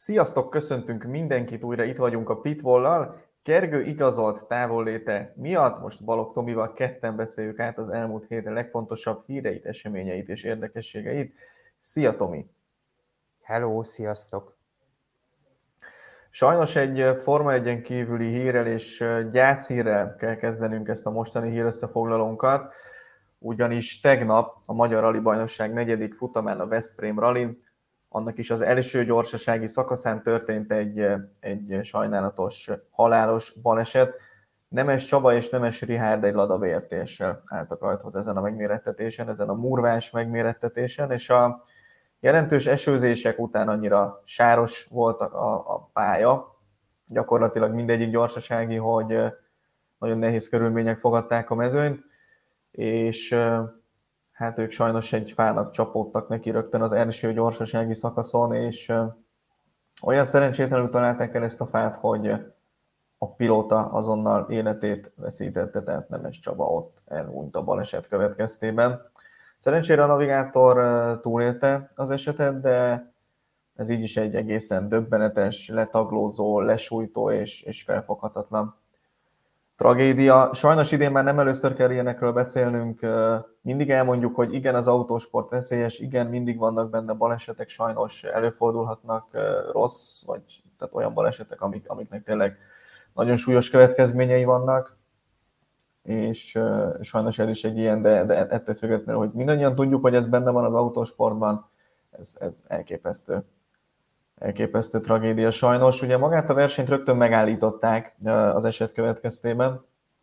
Sziasztok, köszöntünk mindenkit, újra itt vagyunk a Pitwall-lal. Gergő igazolt távolléte miatt most Balogh Tomival ketten beszéljük át az elmúlt héten legfontosabb híreit, eseményeit és érdekességeit. Szia Tomi! Hello, sziasztok! Sajnos egy Forma 1-en kívüli hírrel és gyászhírrel kell kezdenünk ezt a mostani hírösszefoglalónkat, ugyanis tegnap a Magyar Rali Bajnokság 4. futamán a Veszprém Rallyn, annak is az első gyorsasági szakaszán történt egy sajnálatos, halálos baleset. Nemes Csaba és Nemes Rihárd egy Lada VFT-essel álltak rajthoz ezen a megmérettetésen, ezen a murvás megmérettetésen, és a jelentős esőzések után annyira sáros volt a pálya, gyakorlatilag mindegyik gyorsasági, hogy nagyon nehéz körülmények fogadták a mezőnyt, és hát ők sajnos egy fának csapódtak neki rögtön az első gyorsasági szakaszon, és olyan szerencsétlenül találták el ezt a fát, hogy a pilóta azonnal életét veszítette, tehát Nemes Csaba ott elhunyt a baleset következtében. Szerencsére a navigátor túlélte az esetet, de ez így is egy egészen döbbenetes, letaglózó, lesújtó és felfoghatatlan tragédia. Sajnos idén már nem először kell ilyenekről beszélnünk. Mindig elmondjuk, hogy igen, az autósport veszélyes, igen, mindig vannak benne balesetek, sajnos előfordulhatnak rossz, vagy tehát olyan balesetek, amiknek tényleg nagyon súlyos következményei vannak, és sajnos ez is egy ilyen, de ettől függetlenül, hogy mindannyian tudjuk, hogy ez benne van az autósportban, ez elképesztő tragédia sajnos. Ugye magát a versenyt rögtön megállították az eset következtében,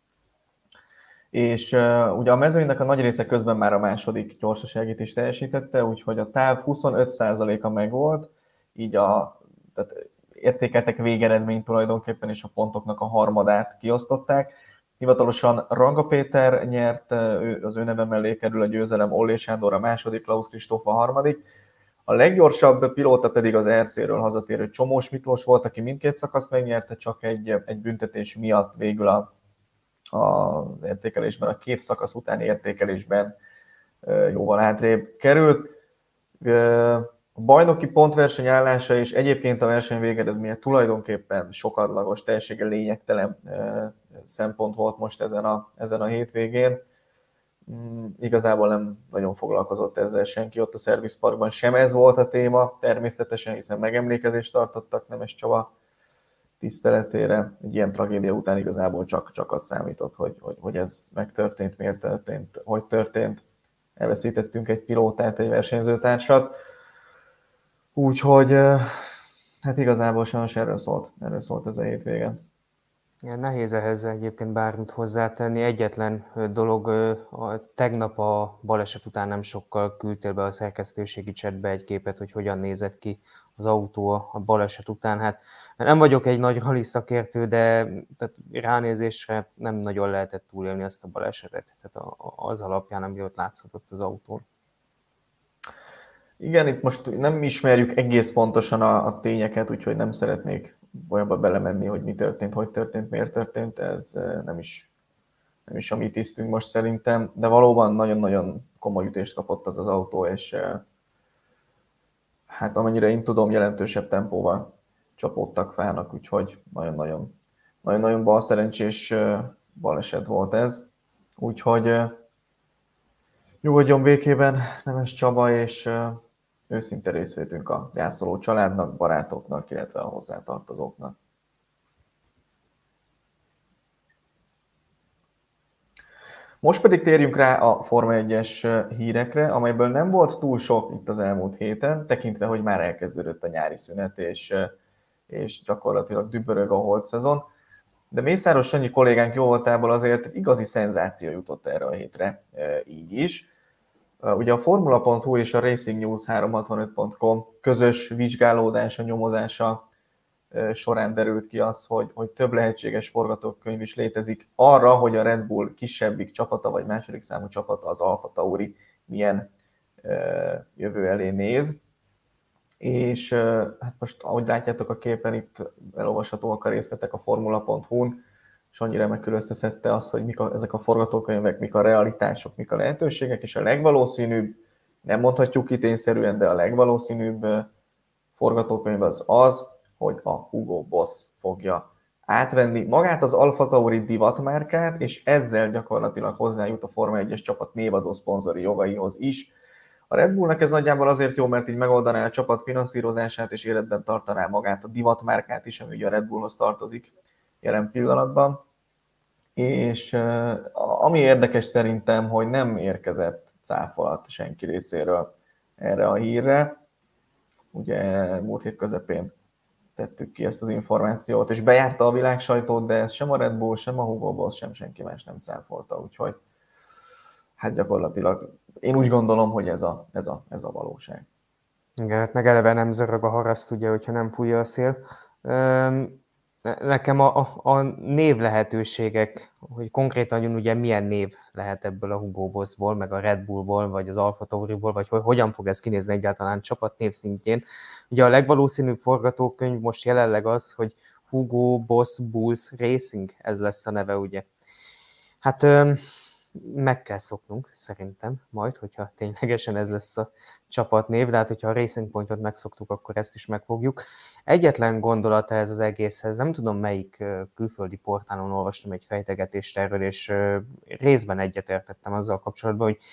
és ugye a mezőnynek a nagy része közben már a második gyorsaságit is teljesítette, úgyhogy a táv 25%-a megvolt, így tehát értékeltek végeredményt tulajdonképpen, és a pontoknak a harmadát kiosztották. Hivatalosan Ranga Péter nyert, az ő neve mellé kerül a győzelem, Ollé Sándor a második, Klaus Kristóf a harmadik. A leggyorsabb pilóta pedig az RC-ről hazatérő Csomós Miklós volt, aki mindkét szakaszt megnyerte, csak egy büntetés miatt végül az értékelésben, a két szakasz utáni értékelésben jóval hátrébb került. A bajnoki pontverseny állása és egyébként a verseny végeredménye tulajdonképpen sokadlagos, teljességgel lényegtelen szempont volt most ezen a hétvégén. Igazából nem nagyon foglalkozott ezzel senki ott a Service Parkban, sem ez volt a téma, természetesen, hiszen megemlékezést tartottak Nemes Csaba tiszteletére. Egy ilyen tragédia után igazából csak az számított, hogy ez megtörtént, miért történt, hogy történt. Elveszítettünk egy pilótát, egy versenyzőtársat. Úgyhogy hát igazából sajnos erről szólt ez a hétvége. Ja, nehéz ehhez egyébként bármit hozzátenni. Egyetlen dolog, tegnap a baleset után nem sokkal küldtél be a szerkesztőségi chatbe egy képet, hogy hogyan nézett ki az autó a baleset után. Hát nem vagyok egy nagy rali szakértő, de tehát ránézésre nem nagyon lehetett túlélni azt a balesetet. Tehát az alapján, ami ott látszhatott az autón. Igen, itt most nem ismerjük egész pontosan a tényeket, úgyhogy nem szeretnék olyanba belemenni, hogy mi történt, hogy történt, miért történt, ez nem is a mi tisztünk most szerintem, de valóban nagyon-nagyon komoly ütést kapott az autó, és hát amennyire én tudom, jelentősebb tempóval csapódtak fának, úgyhogy nagyon balszerencsés baleset volt ez. Úgyhogy nyugodjon békében Nemes Csaba, és őszinte részvétünk a gyászoló családnak, barátoknak, illetve a hozzátartozóknak. Most pedig térjünk rá a Forma 1-es hírekre, amelyből nem volt túl sok itt az elmúlt héten, tekintve, hogy már elkezdődött a nyári szünet, és gyakorlatilag dübörög a holt szezon. De Mészáros Sanyi kollégánk jó voltából azért igazi szenzáció jutott erre a hétre, így is. Ugye a Formula.hu és a Racing News 365.com közös vizsgálódása, nyomozása során derült ki az, hogy több lehetséges forgatókönyv is létezik arra, hogy a Red Bull kisebbik csapata, vagy második számú csapata, az Alfa Tauri milyen jövő elé néz. És hát most, ahogy látjátok a képen, itt elolvashatóak a részletek a Formula.hu-n, és annyira remekül összeszedte azt, hogy ezek a forgatókönyvek, mik a realitások, mik a lehetőségek, és a legvalószínűbb, nem mondhatjuk ki tényszerűen, de a legvalószínűbb forgatókönyv az, hogy a Hugo Boss fogja átvenni magát az Alfa Tauri divatmárkát, és ezzel gyakorlatilag hozzájut a Forma 1-es csapat névadó szponzori jogaihoz is. A Red Bullnak ez nagyjából azért jó, mert így megoldaná a csapat finanszírozását, és életben tartaná magát a divatmárkát is, ami ugye a Red Bullhoz tartozik jelen pillanatban. És ami érdekes szerintem, hogy nem érkezett cáfolat senki részéről erre a hírre. Ugye múlt hét közepén tettük ki ezt az információt, és bejárta a világ sajtót, de ez sem a Red Bull, sem a Hugo Boss, sem senki más nem cáfolta, úgyhogy hát gyakorlatilag én úgy gondolom, hogy ez a valóság. Igen, hát meg eleve nem zörög a haraszt, ugye, hogyha nem fújja a szél. Nekem a név lehetőségek, hogy konkrétan ugye milyen név lehet ebből a Hugo Bossból, meg a Red Bullból, vagy az Alfa Tauriból, vagy hogyan fog ez kinézni egyáltalán csapatnév szintjén. Ugye a legvalószínűbb forgatókönyv most jelenleg az, hogy Hugo Boss Bulls Racing, ez lesz a neve, ugye. Hát meg kell szoknunk szerintem majd, hogyha ténylegesen ez lesz a csapatnév, de hát hogyha a Racing Pointot megszoktuk, akkor ezt is megfogjuk. Egyetlen gondolata ez az egészhez, nem tudom melyik külföldi portálon olvastam egy fejtegetést erről, és részben egyetértettem azzal kapcsolatban, hogy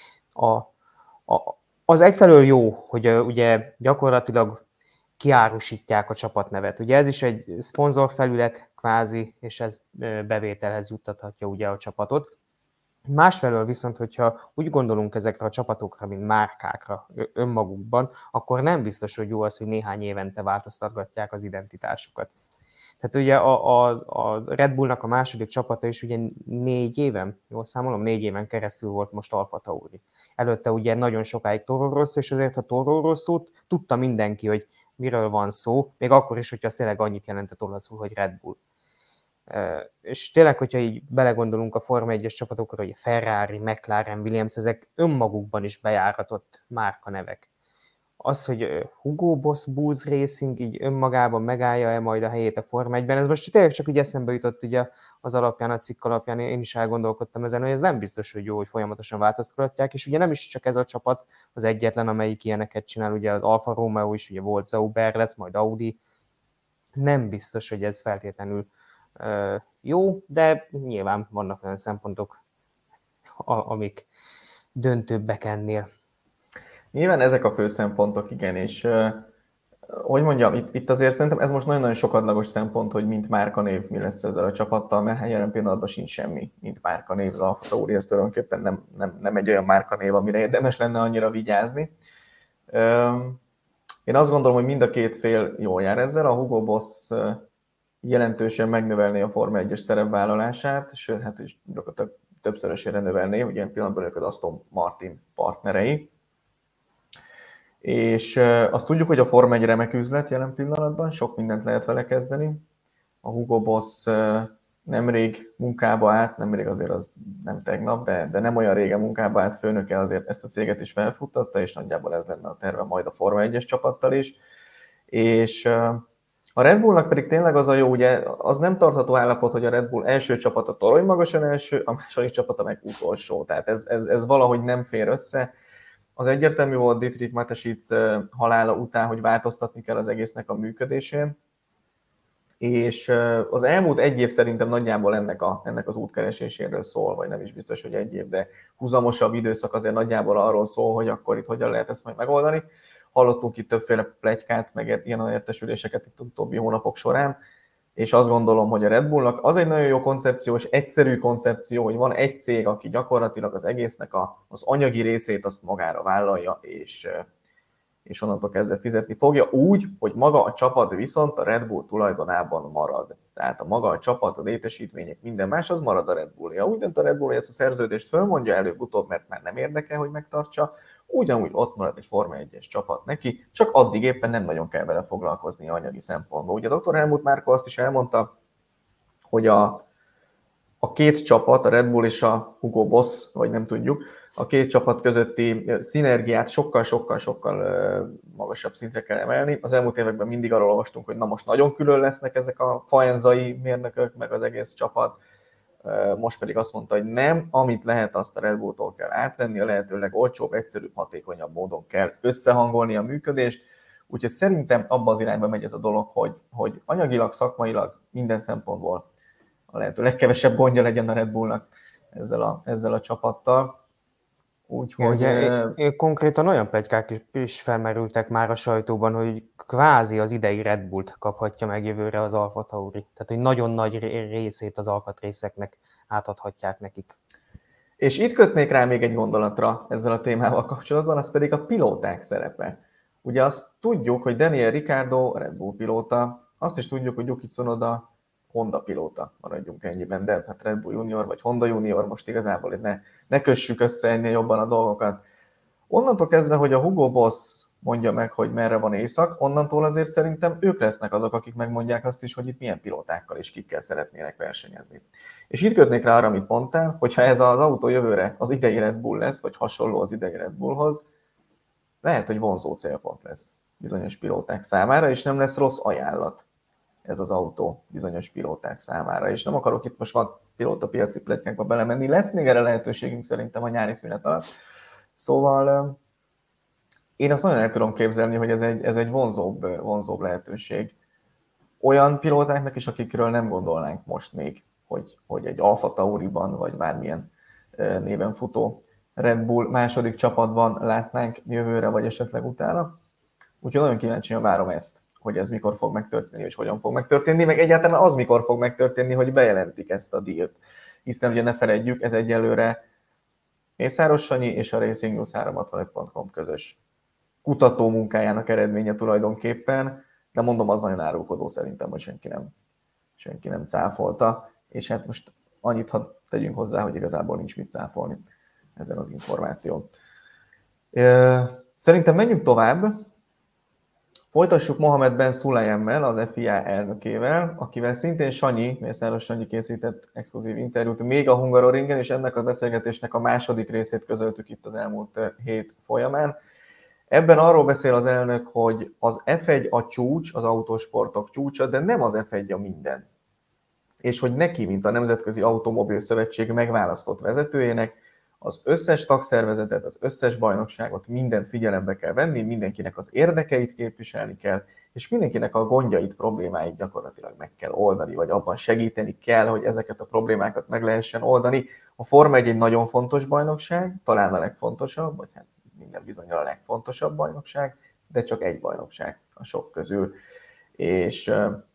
az egyfelől jó, hogy ugye gyakorlatilag kiárusítják a csapatnevet. Ugye ez is egy szponzorfelület kvázi, és ez bevételhez juttathatja ugye a csapatot. Másfelől viszont, hogyha úgy gondolunk ezekre a csapatokra, mint márkákra önmagukban, akkor nem biztos, hogy jó az, hogy néhány évente változtatgatják az identitásukat. Tehát ugye a Red Bullnak a második csapata is ugye 4 éven, jól számolom, 4 éven keresztül volt most Alfa Tauri. Előtte ugye nagyon sokáig Toro Rosso, és azért ha Toro Rosso-t tudta mindenki, hogy miről van szó, még akkor is, hogyha az tényleg annyit jelentett olaszul, hogy Red Bull. És tényleg, hogyha így belegondolunk a Forma 1-es csapatokra, hogy Ferrari, McLaren, Williams, ezek önmagukban is bejáratott márkanevek. Az, hogy Hugo Boss Bulls Racing így önmagában megállja-e majd a helyét a Forma 1-ben, ez most tényleg csak úgy eszembe jutott ugye az alapján, a cikk alapján, én is elgondolkodtam ezen, hogy ez nem biztos, hogy jó, hogy folyamatosan változtatják, és ugye nem is csak ez a csapat az egyetlen, amelyik ilyeneket csinál, ugye az Alfa Romeo is, ugye volt Sauber lesz, majd Audi, nem biztos, hogy ez feltétlenül jó, de nyilván vannak olyan szempontok, amik döntőbbek ennél. Nyilván ezek a fő szempontok, igen, és hogy mondjam, itt azért szerintem ez most nagyon-nagyon sokadlagos szempont, hogy mint márkanév mi lesz ezzel a csapattal, mert jelen pillanatban sincs semmi, mint márkanév. Az Alfa Tauri, ez tulajdonképpen nem egy olyan márkanév, amire érdemes lenne annyira vigyázni. Én azt gondolom, hogy mind a két fél jól jár ezzel. A Hugo Boss jelentősen megnövelné a Forma 1-es szerepvállalását, sőt, hát is többszörösére növelné, ugye ilyen pillanatban ők az Aston Martin partnerei. És azt tudjuk, hogy a Forma 1 remek üzlet jelen pillanatban, sok mindent lehet vele kezdeni. A Hugo Boss nemrég munkába állt, nemrég azért az nem tegnap, de nem olyan régen munkába állt főnöke azért ezt a céget is felfuttatta, és nagyjából ez lenne a terve majd a Forma 1-es csapattal is. És a Red Bullnak pedig tényleg az a jó, ugye az nem tartható állapot, hogy a Red Bull első csapata torony magasan első, a második csapata meg utolsó. Tehát ez valahogy nem fér össze. Az egyértelmű volt Dietrich Mateschitz halála után, hogy változtatni kell az egésznek a működésén, és az elmúlt egy év szerintem nagyjából ennek az útkereséséről szól, vagy nem is biztos, hogy egy év, de húzamosabb időszak azért nagyjából arról szól, hogy akkor itt hogyan lehet ezt majd megoldani. Hallottunk itt többféle pletykát, meg ilyen értesüléseket itt a utóbbi hónapok során, és azt gondolom, hogy a Red Bullnak az egy nagyon jó koncepció, és egyszerű koncepció, hogy van egy cég, aki gyakorlatilag az egésznek az anyagi részét azt magára vállalja, és onnantól kezdve fizetni fogja, úgy, hogy maga a csapat viszont a Red Bull tulajdonában marad. Tehát a maga a csapat, a létesítmények, minden más, az marad a Red Bull-ja. Úgy dönt a Red Bull, hogy ezt a szerződést fölmondja előbb-utóbb, mert már nem érdekel, hogy megtartsa, ugyanúgy ott marad egy Forma 1-es csapat neki, csak addig éppen nem nagyon kell vele foglalkozni anyagi szempontból. Ugye a Dr. Helmut Márko azt is elmondta, hogy a két csapat, a Red Bull és a Hugo Boss, vagy nem tudjuk, a két csapat közötti szinergiát sokkal-sokkal magasabb szintre kell emelni. Az elmúlt években mindig arról olvastunk, hogy na most nagyon külön lesznek ezek a faenzai mérnökök, meg az egész csapat. Most pedig azt mondta, hogy nem, amit lehet, azt a Red Bulltól kell átvenni, a lehetőleg olcsóbb, egyszerűbb, hatékonyabb módon kell összehangolni a működést. Úgyhogy szerintem abba az irányba megy ez a dolog, hogy anyagilag, szakmailag minden szempontból a lehető legkevesebb gondja legyen a Red Bullnak ezzel a csapattal. Igen, Úgyhogy ugye konkrétan olyan pletykák is felmerültek már a sajtóban, hogy kvázi az idei Red Bullt kaphatja meg jövőre az Alfa Tauri. Tehát, hogy nagyon nagy részét az alkatrészeknek átadhatják nekik. És itt kötnék rá még egy gondolatra ezzel a témával kapcsolatban, az pedig a pilóták szerepe. Ugye azt tudjuk, hogy Daniel Ricciardo Red Bull pilóta, azt is tudjuk, hogy Yuki Tsunoda Honda pilóta, maradjunk ennyiben, de hát Red Bull Junior vagy Honda Junior, most igazából ne kössük össze ennél jobban a dolgokat. Onnantól kezdve, hogy a Hugo Boss mondja meg, hogy merre van észak, onnantól azért szerintem ők lesznek azok, akik megmondják azt is, hogy itt milyen pilótákkal és kikkel szeretnének versenyezni. És itt kötnék rá arra, amit mondtál, hogyha ez az autó jövőre az idei Red Bull lesz, vagy hasonló az idei Red Bullhoz, lehet, hogy vonzó célpont lesz bizonyos pilóták számára, és nem lesz rossz ajánlat ez az autó bizonyos pilóták számára. És nem akarok itt most van pilótapiaci pletykákba belemenni, lesz még erre lehetőségünk szerintem a nyári szünet alatt. Szóval én azt nagyon el tudom képzelni, hogy ez egy vonzóbb lehetőség. Olyan pilótáknak is, akikről nem gondolnánk most még, hogy egy Alfa Tauriban, vagy bármilyen néven futó Red Bull második csapatban látnánk jövőre, vagy esetleg utána. Úgyhogy nagyon kíváncsian várom ezt, hogy ez mikor fog megtörténni, és hogyan fog megtörténni, meg egyáltalán az mikor fog megtörténni, hogy bejelentik ezt a dílt. Hiszen ugye ne feledjük, ez egyelőre Mészáros Sanyi és a Racing News 365.com közös kutató munkájának eredménye tulajdonképpen, de mondom, az nagyon árulkodó szerintem, hogy senki nem cáfolta, és hát most annyit hadd tegyünk hozzá, hogy igazából nincs mit cáfolni ezen az információn. Szerintem menjünk tovább. Folytassuk Mohamed Ben Sulayemmel, az FIA elnökével, akivel szintén Mészáros Sanyi készített exkluzív interjút még a Hungaroringen, és ennek a beszélgetésnek a második részét közöltük itt az elmúlt hét folyamán. Ebben arról beszél az elnök, hogy az F1 a csúcs, az autósportok csúcsa, de nem az F1 a minden. És hogy neki, mint a Nemzetközi Automobil Szövetség megválasztott vezetőjének, az összes tagszervezetet, az összes bajnokságot, mindent figyelembe kell venni, mindenkinek az érdekeit képviselni kell, és mindenkinek a gondjait, problémáit gyakorlatilag meg kell oldani, vagy abban segíteni kell, hogy ezeket a problémákat meg lehessen oldani. A Forma 1 egy nagyon fontos bajnokság, talán a legfontosabb, vagy hát minden bizonnyal a legfontosabb bajnokság, de csak egy bajnokság a sok közül. És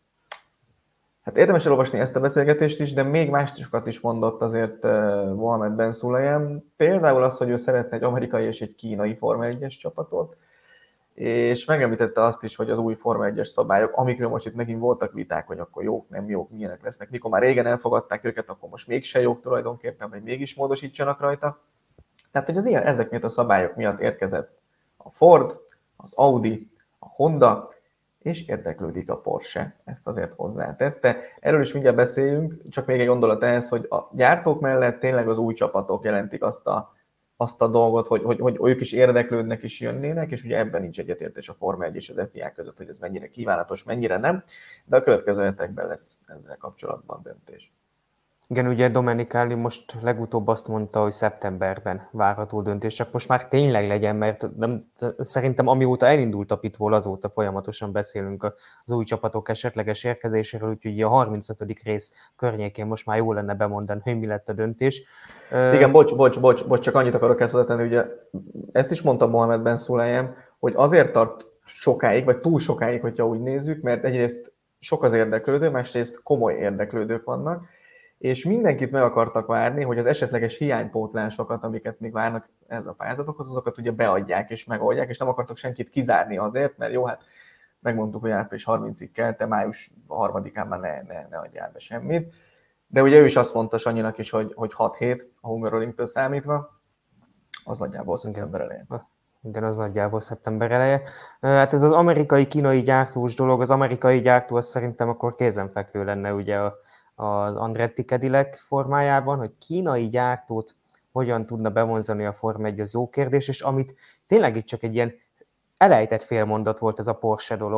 hát érdemes elolvasni ezt a beszélgetést is, de még másokat is mondott azért Mohamed Ben Sulayem. Például az, hogy ő szeretne egy amerikai és egy kínai Forma 1-es csapatot, és megemlítette azt is, hogy az új Forma 1-es szabályok, amikről most itt megint voltak viták, hogy akkor jók, nem jók, milyenek lesznek, mikor már régen elfogadták őket, akkor most mégse jók tulajdonképpen, vagy mégis módosítsanak rajta. Tehát, hogy az ilyen, ezek miatt a szabályok miatt érkezett a Ford, az Audi, a Honda, és érdeklődik a Porsche, ezt azért hozzátette. Erről is mindjárt beszéljünk, csak még egy gondolat ehhez, hogy a gyártók mellett tényleg az új csapatok jelentik azt a dolgot, hogy ők is érdeklődnek és jönnének, és ugye ebben nincs egyetértés a Forma 1 és az FIA között, hogy ez mennyire kívánatos, mennyire nem, de a következő hetekben lesz ezzel kapcsolatban döntés. Igen, ugye Domenicali most legutóbb azt mondta, hogy szeptemberben várható döntés, csak most már tényleg legyen, mert szerintem amióta elindult a pitból, azóta folyamatosan beszélünk az új csapatok esetleges érkezéséről, úgyhogy a 35. rész környékén most már jó lenne bemondani, hogy mi lett a döntés. Igen, bocs, csak annyit akarok ezt hozzátenni, ugye ezt is mondta Mohamed Ben Sulayem, hogy azért tart sokáig, vagy túl sokáig, hogyha úgy nézzük, mert egyrészt sok az érdeklődő, másrészt komoly érdeklődők vannak, és mindenkit meg akartak várni, hogy az esetleges hiánypótlásokat, amiket még várnak ez a pályázatokhoz, azokat ugye beadják és megoldják, és nem akartak senkit kizárni azért, mert jó, hát megmondtuk, hogy április 30-ig kell, te május 3-án már ne adjál be semmit. De ugye ő is azt mondta Sanyinak is, hogy 6 hét a Hungaroringtől számítva, az nagyjából szeptember eleje. Igen, az nagyjából szeptember eleje. Hát ez az amerikai-kínai gyártós dolog, az amerikai gyártó az szerintem akkor kézenfekvő lenne ugye az Andretti Cadillac formájában, hogy kínai gyártót hogyan tudna bevonzani a Forma 1, az jó kérdés, és amit tényleg itt csak egy ilyen elejtett félmondat volt ez a Porsche dolog,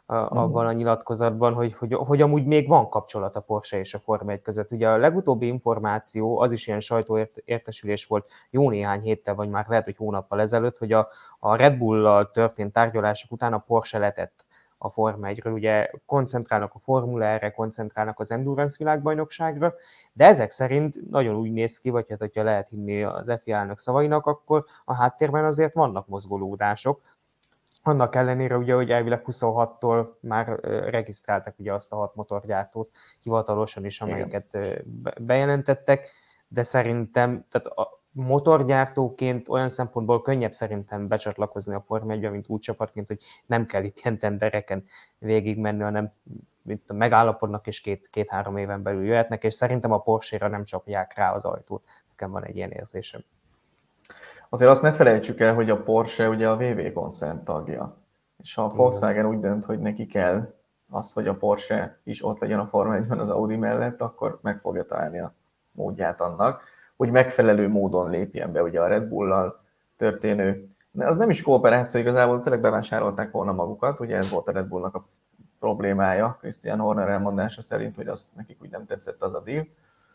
abban a nyilatkozatban, hogy amúgy még van kapcsolat a Porsche és a Forma 1 között. Ugye a legutóbbi információ, az is ilyen sajtóértesülés volt jó néhány héttel, vagy már lehet, hogy hónappal ezelőtt, hogy a Red Bull-lal történt tárgyalások után a Porsche letett a Forma 1-ről. Ugye koncentrálnak a Formula R-re, koncentrálnak az Endurance világbajnokságra, de ezek szerint nagyon úgy néz ki, vagy hát, hogyha lehet hinni az FIA-nak szavainak, akkor a háttérben azért vannak mozgolódások. Annak ellenére, ugye, hogy elvileg 26-tól már regisztráltak ugye azt a 6 motorgyártót hivatalosan is, amelyeket bejelentettek, de szerintem, tehát a motorgyártóként olyan szempontból könnyebb szerintem becsatlakozni a Forma 1-be, mint úgy csapatként, hogy nem kell itt ilyen tendereken végigmenni, hanem megállapodnak, és két-három éven belül jöhetnek, és szerintem a Porsche-ra nem csapják rá az ajtót. Nekem van egy ilyen érzésem. Azért azt ne felejtsük el, hogy a Porsche ugye a VW koncern tagja. És ha a Volkswagen úgy dönt, hogy neki kell az, hogy a Porsche is ott legyen a Forma 1-ben az Audi mellett, akkor meg fogja találni a módját annak, hogy megfelelő módon lépjen be ugye a Red Bull-lal történő. De az nem is kooperáció, igazából tényleg bevásárolták volna magukat, ugye ez volt a Red Bullnak a problémája, Christian Horner elmondása szerint, hogy azt nekik úgy nem tetszett az a deal.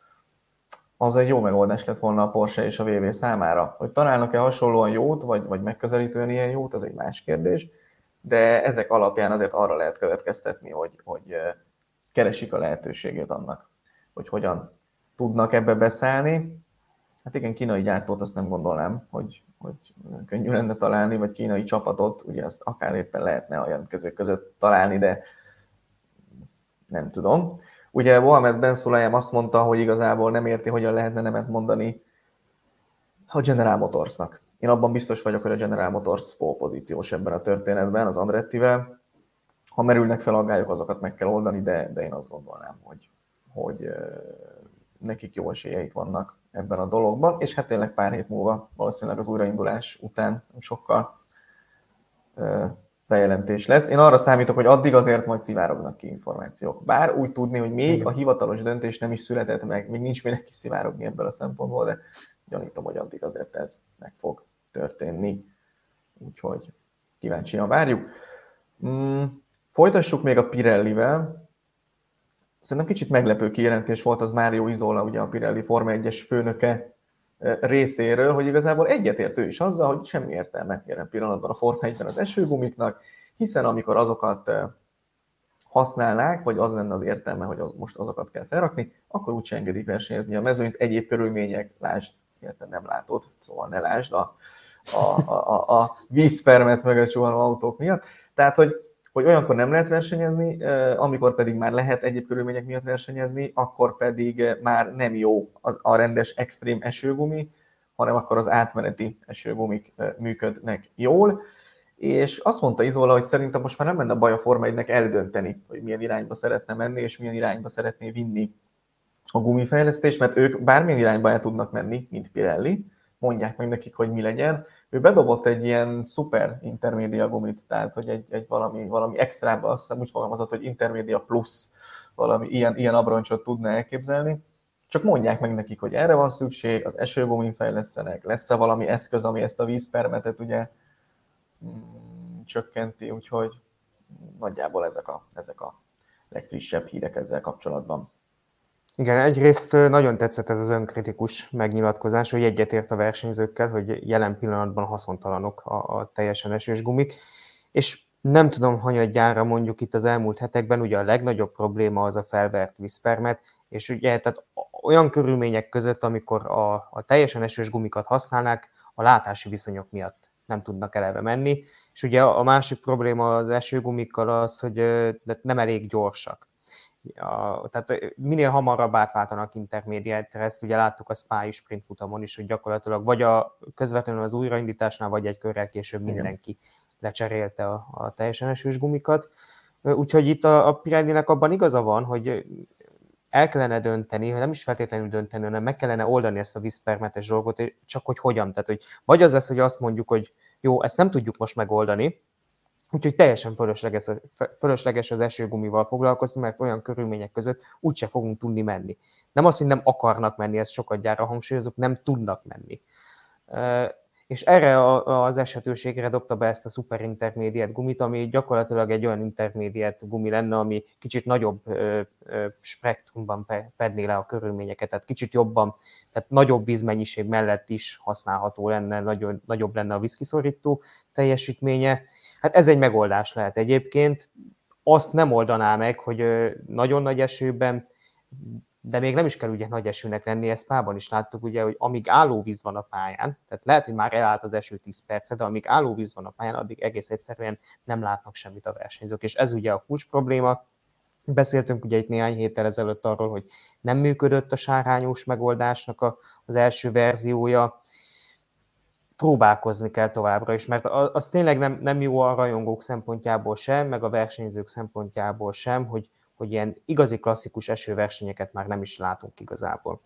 Az egy jó megoldás lett volna a Porsche és a VW számára. Hogy találnak-e hasonlóan jót, vagy megközelítően ilyen jót, az egy más kérdés, de ezek alapján azért arra lehet következtetni, hogy keresik a lehetőségét annak, hogy hogyan tudnak ebbe beszállni. Hát igen, kínai gyártót azt nem gondolnám, hogy könnyű lenne találni, vagy kínai csapatot, ugye azt akár éppen lehetne a jelentkezők között találni, de nem tudom. Ugye Mohamed Ben Sulayem azt mondta, hogy igazából nem érti, hogyan lehetne nemet mondani a General Motorsnak. Én abban biztos vagyok, hogy a General Motors pozíciós ebben a történetben, az Andrettivel. Ha merülnek fel aggályok, azokat meg kell oldani, de én azt gondolnám, hogy nekik jó esélyeik vannak ebben a dologban, és hát tényleg pár hét múlva, valószínűleg az újraindulás után sokkal bejelentés lesz. Én arra számítok, hogy addig azért majd szivárognak ki információk. Bár úgy tudni, hogy még a hivatalos döntés nem is született meg, még nincs minek kiszivárogni ebből a szempontból, de gyanítom, hogy addig azért ez meg fog történni. Úgyhogy kíváncsian várjuk. Folytassuk még a Pirellivel. Szerintem kicsit meglepő kijelentés volt az Mario Isola, ugye a Pirelli Forma 1-es főnöke részéről, hogy igazából egyetért ő is azzal, hogy semmi értelme jelen pillanatban a Forma 1-ben az esőgumiknak, hiszen amikor azokat használnák, vagy az lenne az értelme, hogy most azokat kell felrakni, akkor úgyse engedik versenyezni a mezőnyt, egyéb körülmények, lásd, illetve nem látod, szóval ne lásd a vízpermet meg a csuhanó autók miatt. Tehát, hogy olyankor nem lehet versenyezni, amikor pedig már lehet egyéb körülmények miatt versenyezni, akkor pedig már nem jó a rendes extrém esőgumi, hanem akkor az átmeneti esőgumik működnek jól. És azt mondta Isola, hogy szerintem most már nem lenne baj a Forma 1-nek eldönteni, hogy milyen irányba szeretne menni, és milyen irányba szeretné vinni a gumifejlesztés, mert ők bármilyen irányba el tudnak menni, mint Pirelli, mondják meg nekik, hogy mi legyen. Ő bedobott egy ilyen szuper intermédia gumit, tehát hogy egy valami extrába, azt hiszem úgy fogalmazott, hogy intermédia plusz, valami ilyen abroncsot tudna elképzelni. Csak mondják meg nekik, hogy erre van szükség, az esőgumin fejlesztenek, lesz-e valami eszköz, ami ezt a vízpermetet ugye csökkenti, úgyhogy nagyjából ezek a legfrissebb hírek ezzel kapcsolatban. Igen, egyrészt nagyon tetszett ez az önkritikus megnyilatkozás, hogy egyetért a versenyzőkkel, hogy jelen pillanatban haszontalanok a teljesen esős gumik, és nem tudom, hanyadjára mondjuk itt az elmúlt hetekben, ugye a legnagyobb probléma az a felvert vízpermet, és ugye tehát olyan körülmények között, amikor a teljesen esős gumikat használnák, a látási viszonyok miatt nem tudnak eleve menni, és ugye a másik probléma az esőgumikkal az, hogy nem elég gyorsak. Tehát minél hamarabb átváltanak intermédiátre, ezt ugye láttuk a Spa sprint futamon is, hogy gyakorlatilag vagy közvetlenül az újraindításnál, vagy egy körrel később mindenki lecserélte a teljesen esős gumikat. Úgyhogy itt a Pirellinek abban igaza van, hogy el kellene dönteni, nem is feltétlenül dönteni, hanem meg kellene oldani ezt a vízpermetes dolgot, csak hogy hogyan. Tehát, hogy vagy az lesz, hogy azt mondjuk, hogy jó, ezt nem tudjuk most megoldani, úgyhogy teljesen fölösleges az esőgumival foglalkozni, mert olyan körülmények között úgyse fogunk tudni menni. Nem az, hogy nem akarnak menni, ezt sokat gyára hangsúlyozok, nem tudnak menni. és erre az eshetőségre dobta be ezt a Super Intermediate gumit, ami gyakorlatilag egy olyan intermediate gumi lenne, ami kicsit nagyobb spektrumban fedné le a körülményeket, tehát kicsit jobban, tehát nagyobb vízmennyiség mellett is használható lenne, nagyobb lenne a vízkiszorító teljesítménye. Hát ez egy megoldás lehet egyébként. Azt nem oldaná meg, hogy nagyon nagy esőben, de még nem is kell ugye nagy esőnek lenni, ezt Spában is láttuk, ugye, hogy amíg állóvíz van a pályán, tehát lehet, hogy már elállt az eső 10 percet, de amíg állóvíz van a pályán, addig egész egyszerűen nem látnak semmit a versenyzők, és ez ugye a kulcs probléma. Beszéltünk ugye itt néhány héttel ezelőtt arról, hogy nem működött a sárhányós megoldásnak az első verziója, próbálkozni kell továbbra is, mert az tényleg nem jó a rajongók szempontjából sem, meg a versenyzők szempontjából sem, hogy ilyen igazi klasszikus esőversenyeket már nem is látunk igazából.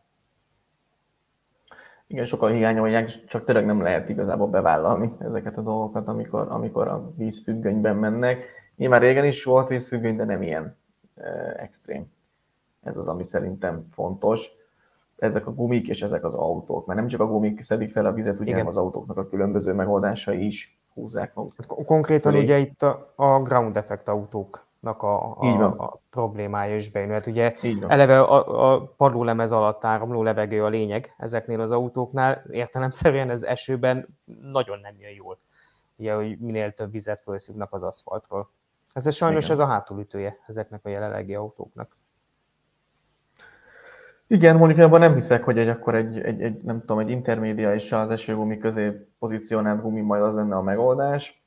Igen, sokan hiányolják, csak tényleg nem lehet igazából bevállalni ezeket a dolgokat, amikor a vízfüggönyben mennek. Nyilván régen is volt vízfüggöny, de nem ilyen extrém. Ez az, ami szerintem fontos. Ezek a gumik és ezek az autók, mert nem csak a gumik szedik fel a vizet, ugye az autóknak a különböző megoldásai is húzzák magukat. Konkrétan ugye itt a ground effect autóknak a problémája is bejön. Hát ugye eleve a padlólemez alatt áramló levegő a lényeg ezeknél az autóknál, értelemszerűen ez esőben nagyon nem jön jól. Ugye, hogy minél több vizet felszívnak az aszfaltról. Ez sajnos ez a hátulütője ezeknek a jelenlegi autóknak. Igen, mondjuk abban nem hiszek, hogy egy intermédia és az esőgumi közé pozícionált gumi majd az lenne a megoldás.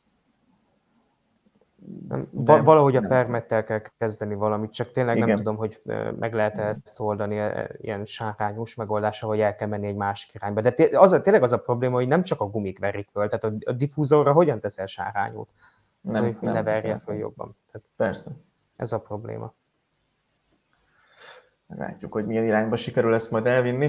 Valahogy a permettel kell kezdeni valamit, csak tényleg nem tudom, hogy meg lehet ezt oldani ilyen sárhányos megoldással, hogy el kell menni egy másik irányba. De tényleg az a probléma, hogy nem csak a gumik verik föl, tehát a diffúzorra hogyan teszel sárhányót? Nem verje föl jobban. Tehát persze. Ez a probléma. Látjuk, hogy milyen irányba sikerül ezt majd elvinni.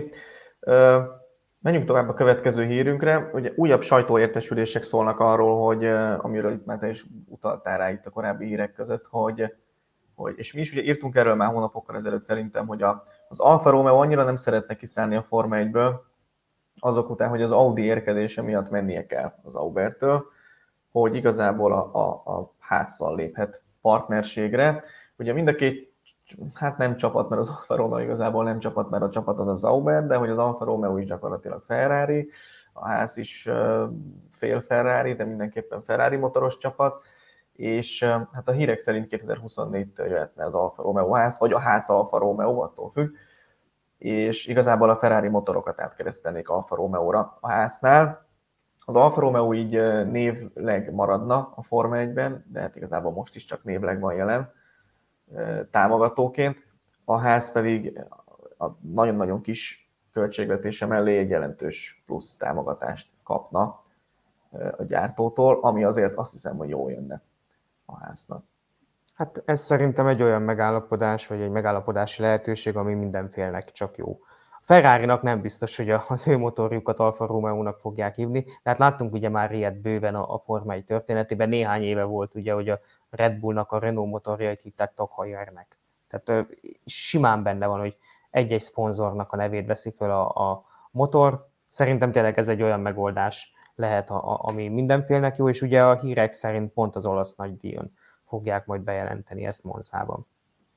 Menjünk tovább a következő hírünkre. Ugye újabb sajtóértesülések szólnak arról, hogy amiről itt már te is utaltál rá itt a korábbi hírek között, hogy és mi is ugye írtunk erről már hónapokkal ezelőtt szerintem, hogy az Alfa Romeo annyira nem szeretne kiszállni a Forma 1-ből, azok után, hogy az Audi érkezése miatt mennie kell az Saubertől, hogy igazából a Haasszal léphet partnerségre. Ugye mind a két, hát nem csapat, mert az Alfa Romeo igazából nem csapat, mert a csapat az a Sauber, de hogy az Alfa Romeo is gyakorlatilag Ferrari, a Haas is fél Ferrari, de mindenképpen Ferrari motoros csapat, és hát a hírek szerint 2024-től jöhetne az Alfa Romeo Haas, vagy a Haas Alfa Romeo, attól függ, és igazából a Ferrari motorokat átkeresztelnék Alfa Romeo-ra a Haasnál. Az Alfa Romeo így névleg maradna a Forma 1-ben, de hát igazából most is csak névleg van jelen támogatóként. A Haas pedig a nagyon-nagyon kis költségvetése mellé egy jelentős plusz támogatást kapna a gyártótól, ami azért azt hiszem, hogy jól jönne a Haasnak. Hát ez szerintem egy olyan megállapodás, vagy egy megállapodási lehetőség, ami mindenfélnek csak jó. Ferrarinak nem biztos, hogy az ő motorjukat Alfa Romeo-nak fogják hívni, tehát láttunk ugye már ilyet bőven a Forma 1 történetében, néhány éve volt ugye, hogy a Red Bullnak a Renault motorjait hívták Tag Heuernek. Tehát simán benne van, hogy egy-egy szponzornak a nevét veszi föl a motor. Szerintem tényleg ez egy olyan megoldás lehet, ami mindenfélnek jó, és ugye a hírek szerint pont az olasz nagydíjon fogják majd bejelenteni ezt Monzában.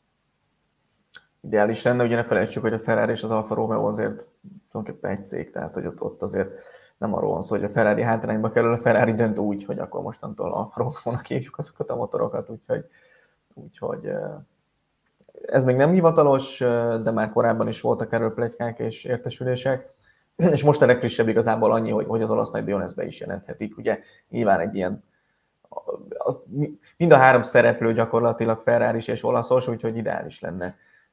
Ideális lenne, ugye ne felejtsük, hogy a Ferrari és az Alfa Romeo azért tulajdonképpen egy cég, tehát hogy ott azért nem arról van szó, hogy a Ferrari hátrányba kerül, a Ferrari dönt úgy, hogy akkor mostantól Alfa Romeo-nak hívjuk azokat a motorokat, úgyhogy ez még nem hivatalos, de már korábban is voltak erről pletykák és értesülések, és most a legfrissebb igazából annyi, hogy az olasz nagydíjon ezt be is jelenthetik. Ugye nyilván egy ilyen mind a három szereplő gyakorlatilag Ferraris és olaszos, úgyhogy ideális lenne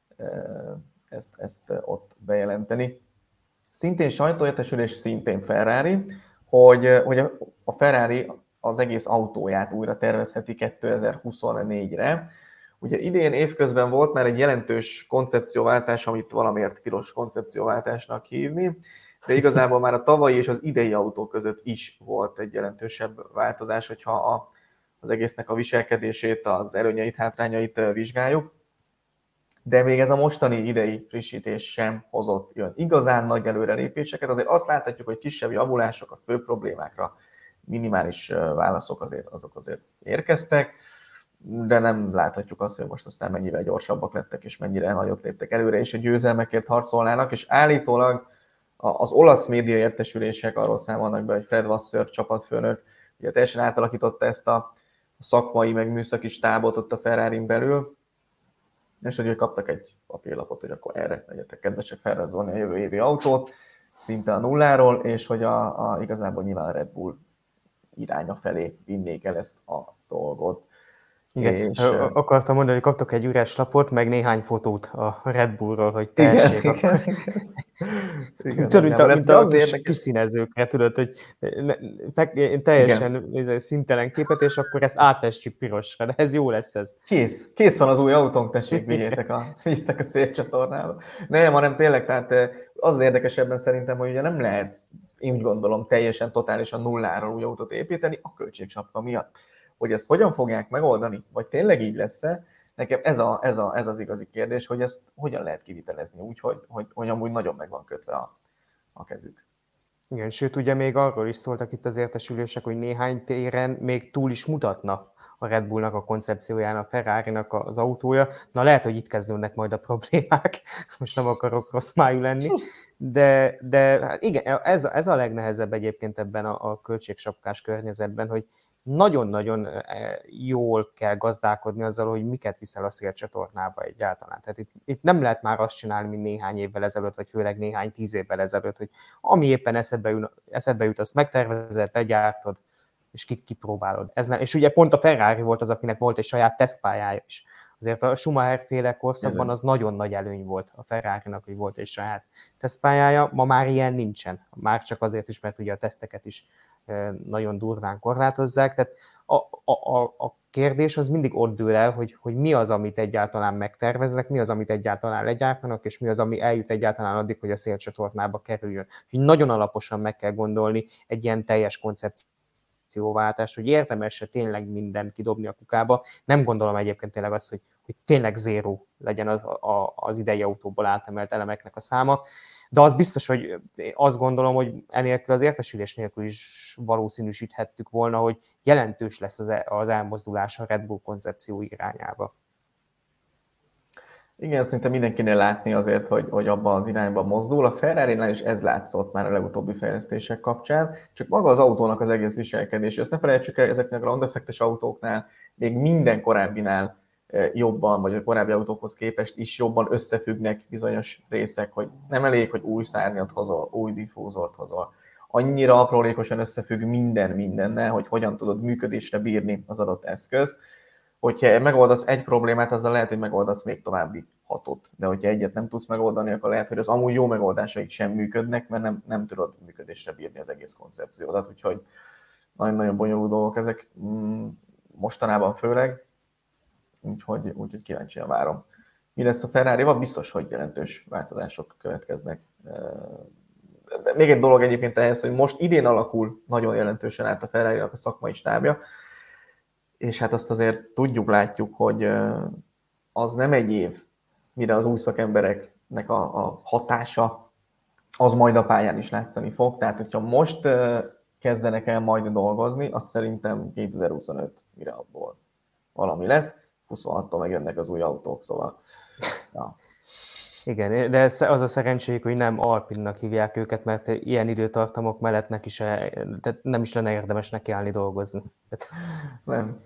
ezt ott bejelenteni. Szintén sajtóértesülés, szintén Ferrari, hogy a Ferrari az egész autóját újra tervezheti 2024-re. Ugye idén évközben volt már egy jelentős koncepcióváltás, amit valamiért tilos koncepcióváltásnak hívni, de igazából már a tavalyi és az idei autó között is volt egy jelentősebb változás, hogyha az egésznek a viselkedését, az előnyeit, hátrányait vizsgáljuk. de még ez a mostani idei frissítés sem hozott ilyen igazán nagy előrelépéseket. Azért azt láthatjuk, hogy kisebb javulások a fő problémákra, minimális válaszok azok azért érkeztek, de nem láthatjuk azt, hogy most aztán mennyivel gyorsabbak lettek, és mennyire nagyot léptek előre, és a győzelmekért harcolnának, és állítólag az olasz média értesülések arról számolnak be, hogy Fred Vasseur csapatfőnök ugye teljesen átalakította ezt a szakmai, meg műszaki stábot ott a Ferrarin belül, és hogy ők kaptak egy papírlapot, hogy akkor erre legyetek kedvesek felrajzolni a jövő évi autót, szinte a nulláról, és hogy igazából nyilván a Red Bull iránya felé vinnék el ezt a dolgot. Igen, és akartam mondani, hogy kaptok egy üres lapot, meg néhány fotót a Red Bullról, hogy tessék. Igen, tudod, mint a kis színezőkre, tudod, hogy teljesen szintelen képet, és akkor ezt átfestjük pirosra, de ez jó lesz ez. Kész van az új autónk, tessék, vigyétek a szélcsatornába. Nem, hanem tényleg, tehát az érdekesebben szerintem, hogy ugye nem lehet, én úgy gondolom, teljesen totálisan nulláról új autót építeni a költségsapka miatt. Hogy ezt hogyan fogják megoldani, vagy tényleg így lesz-e, nekem ez az igazi kérdés, hogy ezt hogyan lehet kivitelezni úgy, hogy amúgy nagyon meg van kötve a kezük. Igen, sőt, ugye még arról is szóltak itt az értesülések, hogy néhány téren még túl is mutatna a Red Bullnak a koncepcióján, a Ferrarinak az autója. Na lehet, hogy itt kezdődnek majd a problémák, most nem akarok rossz májú lenni, de hát igen, ez a legnehezebb egyébként ebben a költségsapkás környezetben, hogy nagyon-nagyon jól kell gazdálkodni azzal, hogy miket viszel a szélcsatornába egyáltalán. Tehát itt nem lehet már azt csinálni, mint néhány évvel ezelőtt, vagy főleg néhány 10 évvel ezelőtt, hogy ami éppen eszedbe jut, azt megtervezed, legyártod, és kipróbálod. És ugye pont a Ferrari volt az, akinek volt egy saját tesztpályája is. Azért a Schumacher-féle korszakban az nagyon nagy előny volt a Ferrarinak, hogy volt egy saját tesztpályája, ma már ilyen nincsen. Már csak azért is, mert ugye a teszteket is nagyon durván korlátozzák. Tehát a kérdés az mindig ott dől el, hogy mi az, amit egyáltalán megterveznek, mi az, amit egyáltalán legyártanak, és mi az, ami eljut egyáltalán addig, hogy a szélcsatornába kerüljön. Úgyhogy nagyon alaposan meg kell gondolni egy ilyen teljes koncepcióváltást, hogy érdemes-e tényleg mindent kidobni a kukába. Nem gondolom egyébként tényleg azt, hogy tényleg zéró legyen az idei autóból átemelt elemeknek a száma. De az biztos, hogy azt gondolom, hogy enélkül az értesülés nélkül is valószínűsíthettük volna, hogy jelentős lesz az elmozdulás a Red Bull koncepció irányába. Igen, szinte mindenkinél látni azért, hogy abban az irányban mozdul. A Ferrari-nál is ez látszott már a legutóbbi fejlesztések kapcsán, csak maga az autónak az egész viselkedés. Ezt ne felejtsük el, ezeknek a ground effektes autóknál még minden korábbinál jobban, vagy a korábbi autókhoz képest is jobban összefüggnek bizonyos részek, hogy nem elég, hogy új szárnyat hozol, új diffúzort hozol. Annyira aprólékosan összefügg minden mindennel, hogy hogyan tudod működésre bírni az adott eszközt. Hogyha megoldasz egy problémát, azzal lehet, hogy megoldasz még további 6-ot. De hogyha egyet nem tudsz megoldani, akkor lehet, hogy az amúgy jó megoldásaik sem működnek, mert nem tudod működésre bírni az egész koncepciódat. Úgyhogy nagyon-nagyon bonyolult dolgok ezek mostanában főleg. Úgyhogy kíváncsian várom. Mi lesz a Ferrarival? Biztos, hogy jelentős változások következnek. De még egy dolog egyébként ehhez, hogy most idén alakul nagyon jelentősen át a Ferrarinak a szakmai stábja, és hát azt azért tudjuk, látjuk, hogy az nem egy év, mire az új szakembereknek a hatása, az majd a pályán is látszani fog. Tehát, hogyha most kezdenek el majd dolgozni, az szerintem 2025 mire abból valami lesz. 26-tól megjönnek az új autók, szóval... Ja. Igen, de az a szerencséjük, hogy nem Alpinnak hívják őket, mert ilyen időtartamok mellett tehát nem is lenne érdemes nekiállni dolgozni. Nem,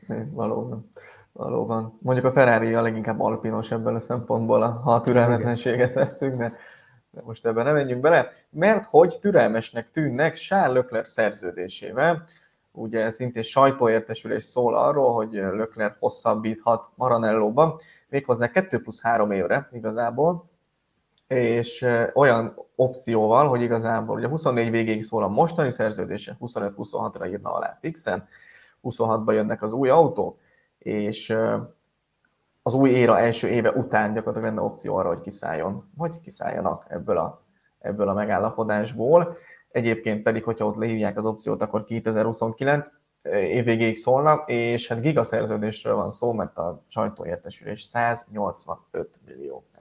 valóban. Mondjuk a Ferrari a leginkább alpinos ebből a szempontból, ha a türelmetlenséget vesszük, de most ebben nem menjünk bele, mert hogy türelmesnek tűnnek Charles Leclerc szerződésével. Ugye szintén sajtóértesülés szól arról, hogy Leclerc hosszabbíthat Maranellóban, méghozzá 2+3 évre igazából, és olyan opcióval, hogy igazából ugye 24 végéig szól a mostani szerződése, 25-26-ra írna alá fixen, 26-ba jönnek az új autók, és az új éra első éve után gyakorlatilag lenne opció arra, hogy kiszálljon, vagy kiszálljanak ebből a megállapodásból. Egyébként pedig, hogyha ott leírják az opciót, akkor 2029 évvégéig szólna, és hát gigaszerződésről van szó, mert a sajtóértesülés 185 millió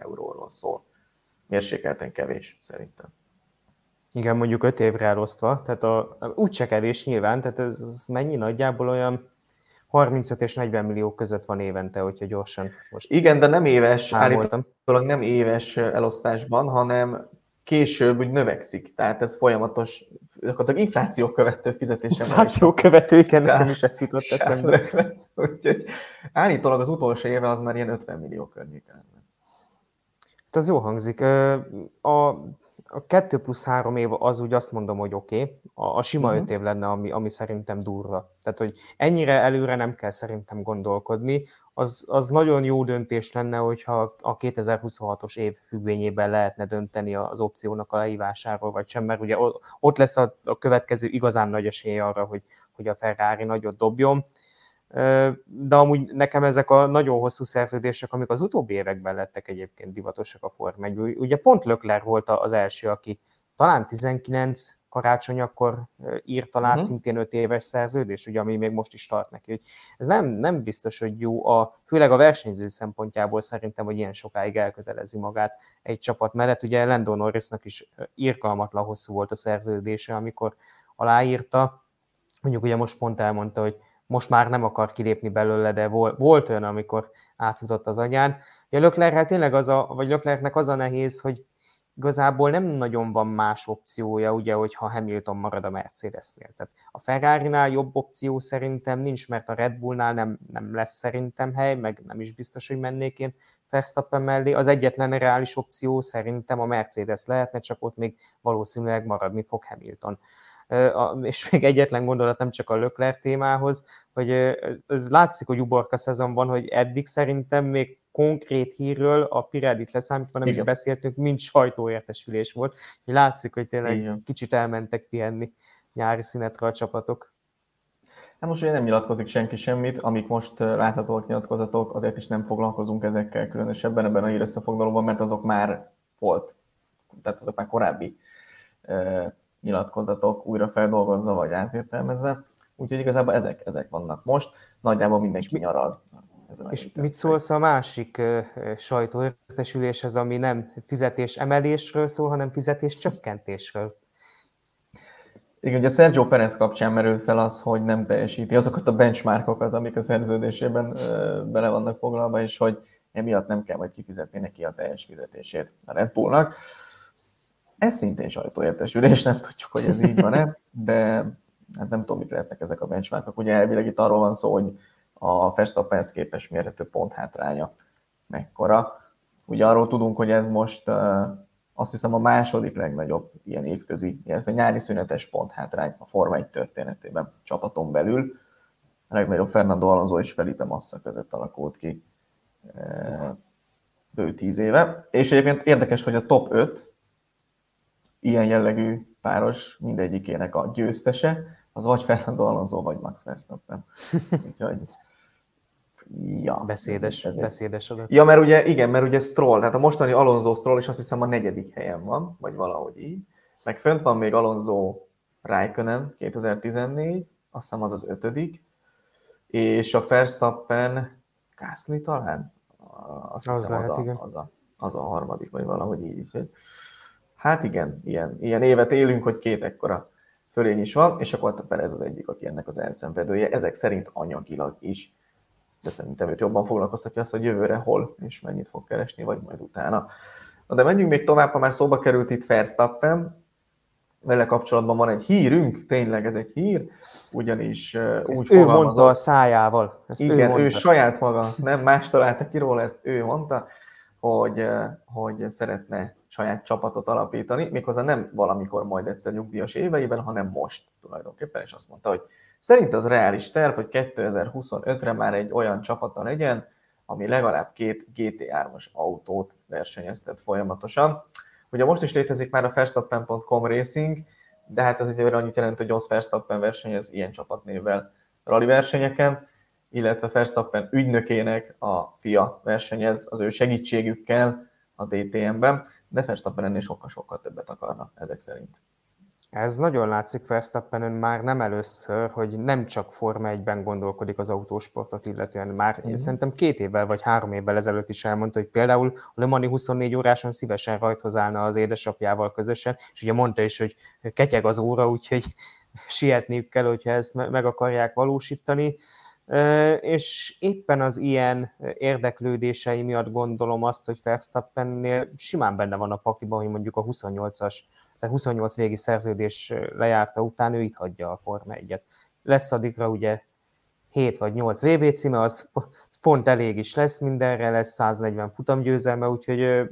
arról szól. Mérsékelten kevés, szerintem. Igen, mondjuk 5 évre elosztva, tehát úgyse kevés nyilván, tehát ez mennyi nagyjából olyan 35 és 40 millió között van évente, hogyha gyorsan most Igen, de nem éves, számoltam. állítólag nem éves elosztásban, hanem később úgy növekszik. Tehát ez folyamatos, gyakorlatilag infláció követő fizetésen. Infláció követő, igen, nekem is ezt jutott eszembe. Úgyhogy állítólag az utolsó éve az már ilyen 50 millió környéken. Hát az jó hangzik. A 2+3 év az úgy azt mondom, hogy oké. A sima 5 év lenne, ami szerintem durva. Tehát, hogy ennyire előre nem kell szerintem gondolkodni. Az nagyon jó döntés lenne, hogyha a 2026-os év függvényében lehetne dönteni az opciónak a leívásáról, vagy sem, mert ugye ott lesz a következő igazán nagy esély arra, hogy a Ferrari nagyot dobjon. De amúgy nekem ezek a nagyon hosszú szerződések, amik az utóbbi években lettek egyébként divatosak a Forma 1. Ugye pont Leclerc volt az első, aki talán 19 karácsonyakkor írt alá szintén 5 éves szerződés, ugye, ami még most is tart neki. Ez nem biztos, hogy jó, főleg a versenyző szempontjából szerintem, hogy ilyen sokáig elkötelezi magát egy csapat mellett. Ugye Lando Norrisnak is irgalmatlan hosszú volt a szerződése, amikor aláírta. Mondjuk ugye most pont elmondta, hogy most már nem akar kilépni belőle, de volt olyan, amikor átfutott az agyán. Ugye Leclerc tényleg Leclercnek az a nehéz, hogy igazából nem nagyon van más opciója, ugye, hogyha Hamilton marad a Mercedesnél. Tehát a Ferrarinál jobb opció szerintem nincs, mert a Red Bullnál nem lesz szerintem hely, meg nem is biztos, hogy mennék én Verstappen mellé. Az egyetlen reális opció szerintem a Mercedes lehetne, csak ott még valószínűleg maradni fog Hamilton. És még egyetlen gondolat nem csak a Leclerc témához, hogy ez látszik, hogy uborka szezon van, hogy eddig szerintem még konkrét hírről a Pirellit leszámítva nem is beszéltünk, mint sajtóértesülés volt. Látszik, hogy tényleg kicsit elmentek pihenni nyári szünetre a csapatok. Hát most ugye nem nyilatkozik senki semmit, amik most láthatóak nyilatkozatok, azért is nem foglalkozunk ezekkel különösebben ebben a hírösszefoglalóban, mert azok már volt, tehát azok már korábbi nyilatkozatok újra feldolgozva vagy átértelmezve. Úgyhogy igazából ezek vannak most. Nagyjából mindenki nyaral. És mit szólsz a másik sajtóértesüléshez, ami nem fizetés emelésről szól, hanem fizetés csökkentésről? Igen, ugye Sergio Perez kapcsán merült fel az, hogy nem teljesíti azokat a benchmarkokat, amik a szerződésében bele vannak foglalva, és hogy emiatt nem kell majd kifizetni neki a teljes fizetését a Red Bullnak. Ez szintén sajtóértesülés, nem tudjuk, hogy ez így van-e, de hát nem tudom, mit lehetnek ezek a benchmarkok. Ugye elvileg itt arról van szó, hogy a Verstappenhez képest mérhető ponthátránya mekkora. Ugye arról tudunk, hogy ez most azt hiszem a második legnagyobb ilyen évközi, illetve nyári szünetes ponthátrány a Forma 1 történetében csapaton belül. A legnagyobb Fernando Alonso és Felipe Massa között alakult ki bő 10 éve. És egyébként érdekes, hogy a top 5 ilyen jellegű páros mindegyikének a győztese, az vagy Fernando Alonso, vagy Max Verstappen. Úgyhogy, ja. Beszédes adat. Ja, mert ugye Stroll, tehát a mostani Alonso Stroll is azt hiszem a 4. helyen van, vagy valahogy így. Meg fönt van még Alonso Raikkonen 2014, azt hiszem az 5. És a Verstappen Gasly talán? Azt hiszem az a 3. vagy valahogy így. Hát igen, ilyen évet élünk, hogy 2 ekkora fölény is van, és akkor a Perez az egyik, aki ennek az elszenvedője, ezek szerint anyagilag is. De szerintem őt jobban foglalkoztatja azt, hogy jövőre hol és mennyit fog keresni, vagy majd utána. Na de menjünk még tovább, ha már szóba került itt Verstappen. Vele kapcsolatban van egy hírünk, tényleg ez egy hír, ugyanis úgy ő mondta a szájával. Igen, ő saját maga, nem más találta ki róla, ezt ő mondta, hogy szeretne saját csapatot alapítani, méghozzá nem valamikor majd egyszer nyugdíjas éveiben, hanem most tulajdonképpen, és azt mondta, hogy szerint az reális terv, hogy 2025-re már egy olyan csapata legyen, ami legalább 2 GT3-as autót versenyeztet folyamatosan. Ugye most is létezik már a Verstappen.com Racing, de hát ez egyébként annyit jelent, hogy Jos Verstappen versenyez ilyen csapatnévvel rally versenyeken, illetve Verstappen ügynökének a fia versenyez az ő segítségükkel a DTM-ben, de Verstappen ennél sokkal-sokkal többet akarna ezek szerint. Ez nagyon látszik Verstappenen már nem először, hogy nem csak Forma 1-ben gondolkodik az autósportot illetően. Már szerintem 2 évvel vagy 3 évvel ezelőtt is elmondta, hogy például a Le Mani 24 óráson szívesen rajthoz állna az édesapjával közösen, és ugye mondta is, hogy ketyeg az óra, úgyhogy sietniük kell, hogyha ezt meg akarják valósítani. És éppen az ilyen érdeklődései miatt gondolom azt, hogy Verstappennél simán benne van a pakliban, hogy mondjuk a 28 végi szerződés lejárta után ő itt hagyja a Forma 1-et. Lesz addigra ugye 7 vagy 8 VB címe, az pont elég is lesz mindenre, lesz 140 futamgyőzelme, úgyhogy